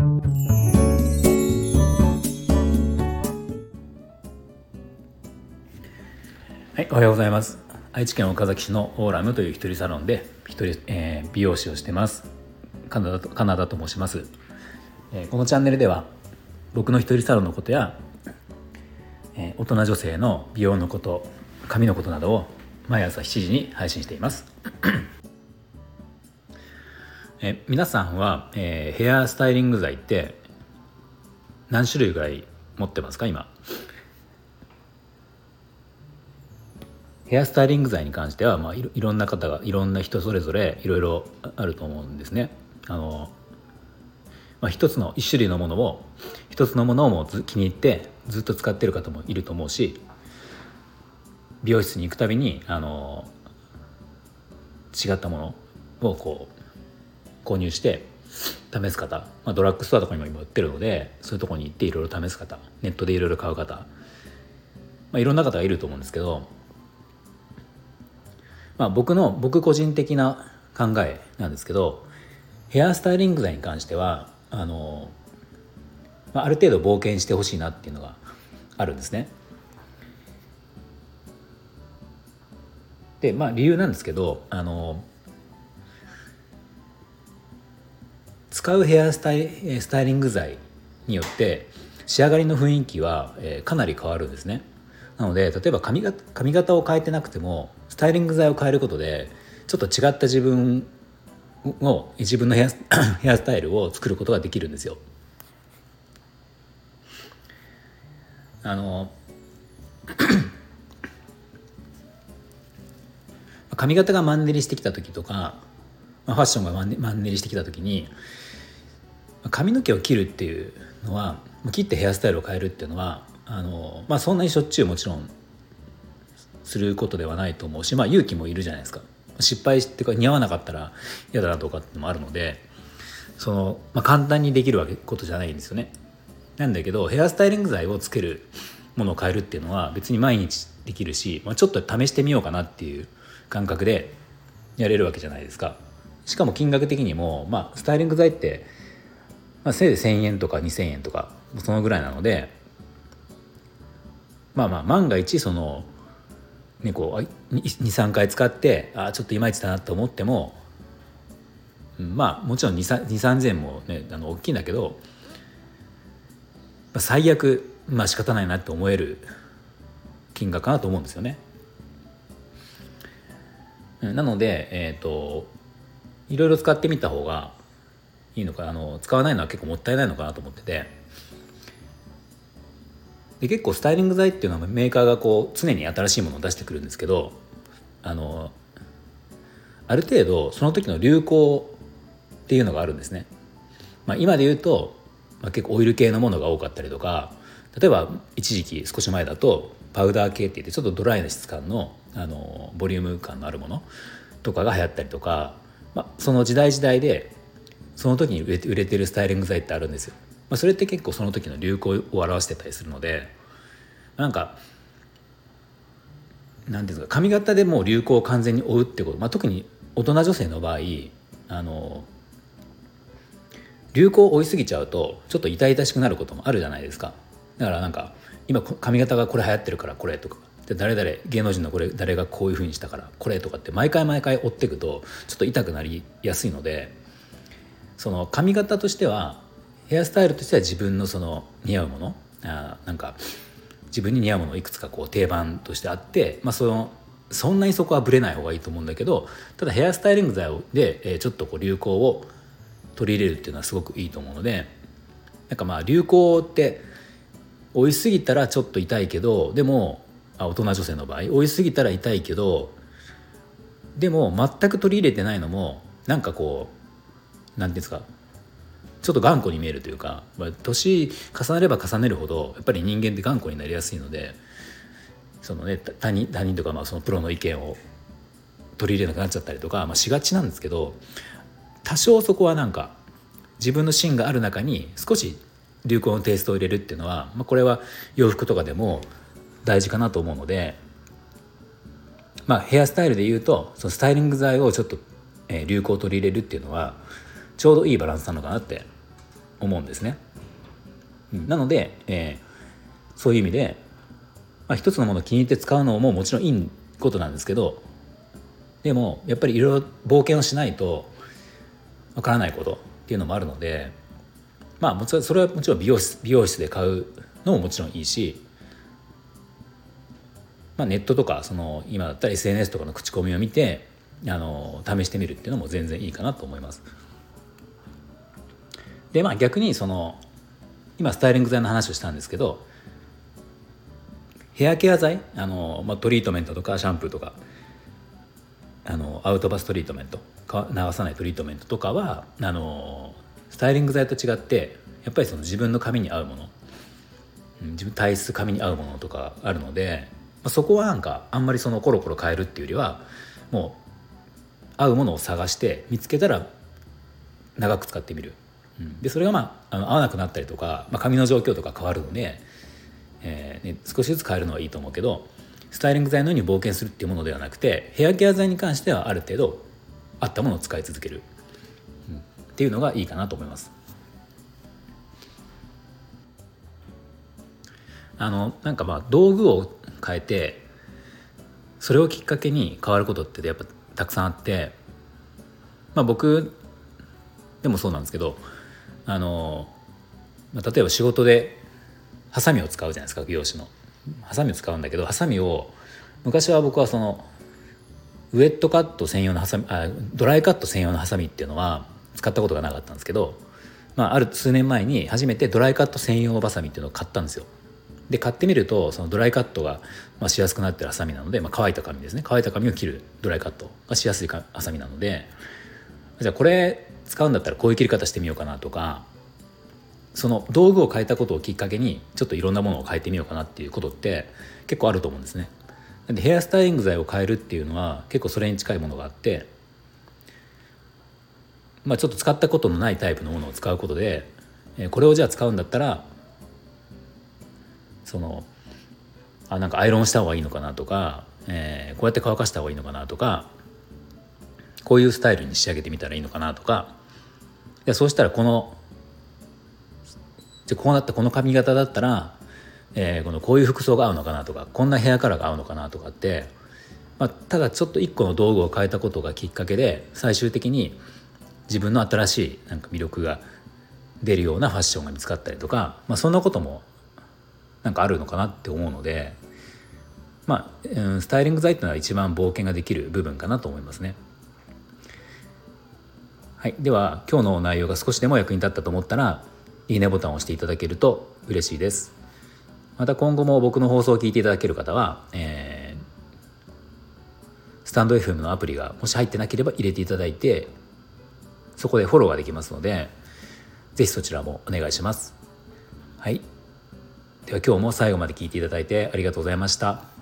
はい、おはようございます。愛知県岡崎市のオーラムという一人サロンで美容師をしてます。カナダと申します。このチャンネルでは僕の一人サロンのことや、大人女性の美容のこと、髪のことなどを毎朝7時に配信しています。皆さんは、ヘアスタイリング剤って何種類ぐらい持ってますか？今ヘアスタイリング剤に関しては、いろんな方がいろんな人それぞれいろいろあると思うんですね。一種類のものをも気に入ってずっと使ってる方もいると思うし、美容室に行くたびに違ったものを購入して試す方、ドラッグストアとかにも今売ってるので、そういうところに行っていろいろ試す方、ネットでいろいろ買う方、いろんな方がいると思うんですけど、僕個人的な考えなんですけど、ヘアスタイリング剤に関してはある程度冒険してほしいなっていうのがあるんですね。で理由なんですけど、使うヘアスタイリング剤によって仕上がりの雰囲気は、かなり変わるんですね。なので例えば髪型を変えてなくてもスタイリング剤を変えることでちょっと違った自分のヘアスタイルを作ることができるんですよ。髪型がマンネリしてきた時とか、ファッションがマンネリしてきた時に髪の毛を切るっていうのは、切ってヘアスタイルを変えるっていうのはそんなにしょっちゅうもちろんすることではないと思うし、勇気もいるじゃないですか。失敗して似合わなかったら嫌だなとかってのもあるので、簡単にできることじゃないんですよね。なんだけどヘアスタイリング剤をつけるものを変えるっていうのは別に毎日できるし、ちょっと試してみようかなっていう感覚でやれるわけじゃないですか。しかも金額的にも、スタイリング剤って、せいぜい1,000円とか2,000円とかそのぐらいなので、万が一2,3 回使ってちょっといまいちだなと思っても、もちろん 2,3,000 円もね大きいんだけど、最悪仕方ないなって思える金額かなと思うんですよね。なのでいろいろ使ってみた方がいいのか、使わないのは結構もったいないのかなと思ってて、で結構スタイリング剤っていうのはメーカーが常に新しいものを出してくるんですけど、ある程度その時の流行っていうのがあるんですね。今で言うと、結構オイル系のものが多かったりとか、例えば一時期少し前だとパウダー系っていってちょっとドライな質感の、ボリューム感のあるものとかが流行ったりとか、その時代時代でその時に売れてるスタイリング剤ってあるんですよ。それって結構その時の流行を表してたりするので、なんていうんですか、髪型でもう流行を完全に追うってこと、特に大人女性の場合流行を追いすぎちゃうとちょっと痛々しくなることもあるじゃないですか。だから今髪型がこれ流行ってるからこれとかで、芸能人の誰がこういう風にしたからこれとかって毎回追っていくとちょっと痛くなりやすいので、その髪型としてはヘアスタイルとしては自分の似合うもの、自分に似合うものをいくつか定番としてあって、そんなにそこはブレない方がいいと思うんだけど、ただヘアスタイリング剤でちょっと流行を取り入れるっていうのはすごくいいと思うので、流行って追いすぎたらちょっと痛いけど、でも大人女性の場合追いすぎたら痛いけど、でも全く取り入れてないのもなんていうんですか、ちょっと頑固に見えるというか、年重ねれば重ねるほどやっぱり人間って頑固になりやすいので、他人とかそのプロの意見を取り入れなくなっちゃったりとか、しがちなんですけど、多少そこは自分の芯がある中に少し流行のテイストを入れるっていうのは、これは洋服とかでも大事かなと思うので、ヘアスタイルでいうとそのスタイリング剤をちょっと、流行を取り入れるっていうのはちょうどいいバランスなのかなって思うんですね。なので、そういう意味で、一つのものを気に入って使うのももちろんいいことなんですけど、でもやっぱりいろいろ冒険をしないとわからないことっていうのもあるので、もちろんそれはもちろん美容室で買うのももちろんいいし、ネットとか今だったら SNS とかの口コミを見て試してみるっていうのも全然いいかなと思います。で逆に今スタイリング剤の話をしたんですけど、ヘアケア剤トリートメントとかシャンプーとかアウトバストリートメント、流さないトリートメントとかはスタイリング剤と違ってやっぱり自分の髪に合うもの、自分体質髪に合うものとかあるので、そこはあんまりコロコロ変えるっていうよりはもう合うものを探して見つけたら長く使ってみる、でそれが合わなくなったりとか、髪の状況とか変わるので、少しずつ変えるのはいいと思うけど、スタイリング剤のように冒険するっていうものではなくて、ヘアケア剤に関してはある程度合ったものを使い続ける、っていうのがいいかなと思います。道具を変えてそれをきっかけに変わることってやっぱたくさんあって、僕でもそうなんですけど、例えば仕事でハサミを使うじゃないですか。美容師のハサミを使うんだけど、ハサミを昔は僕はウェットカット専用のハサミ、ドライカット専用のハサミっていうのは使ったことがなかったんですけど、ある数年前に初めてドライカット専用バサミっていうのを買ったんですよ。で買ってみるとドライカットがしやすくなってるハサミなので、乾いた髪ですね、乾いた髪を切るドライカットがしやすいハサミなので、じゃあこれ使うんだったらこういう切り方してみようかなとか、道具を変えたことをきっかけにちょっといろんなものを変えてみようかなっていうことって結構あると思うんですね。でヘアスタイリング剤を変えるっていうのは結構それに近いものがあって、ちょっと使ったことのないタイプのものを使うことで、これをじゃあ使うんだったらアイロンした方がいいのかなとか、こうやって乾かした方がいいのかなとか、こういうスタイルに仕上げてみたらいいのかなとか、そうしたらこうなったこの髪型だったら、こういう服装が合うのかなとか、こんなヘアカラーが合うのかなとかって、ただちょっと一個の道具を変えたことがきっかけで最終的に自分の新しい魅力が出るようなファッションが見つかったりとか、そんなこともあるのかなって思うので、スタイリング剤っていうのは一番冒険ができる部分かなと思いますね。はい、では今日の内容が少しでも役に立ったと思ったらいいねボタンを押していただけると嬉しいです。また今後も僕の放送を聞いていただける方は、スタンド FM のアプリがもし入ってなければ入れていただいて、そこでフォローができますので、ぜひそちらもお願いします。はい、では今日も最後まで聞いていただいてありがとうございました。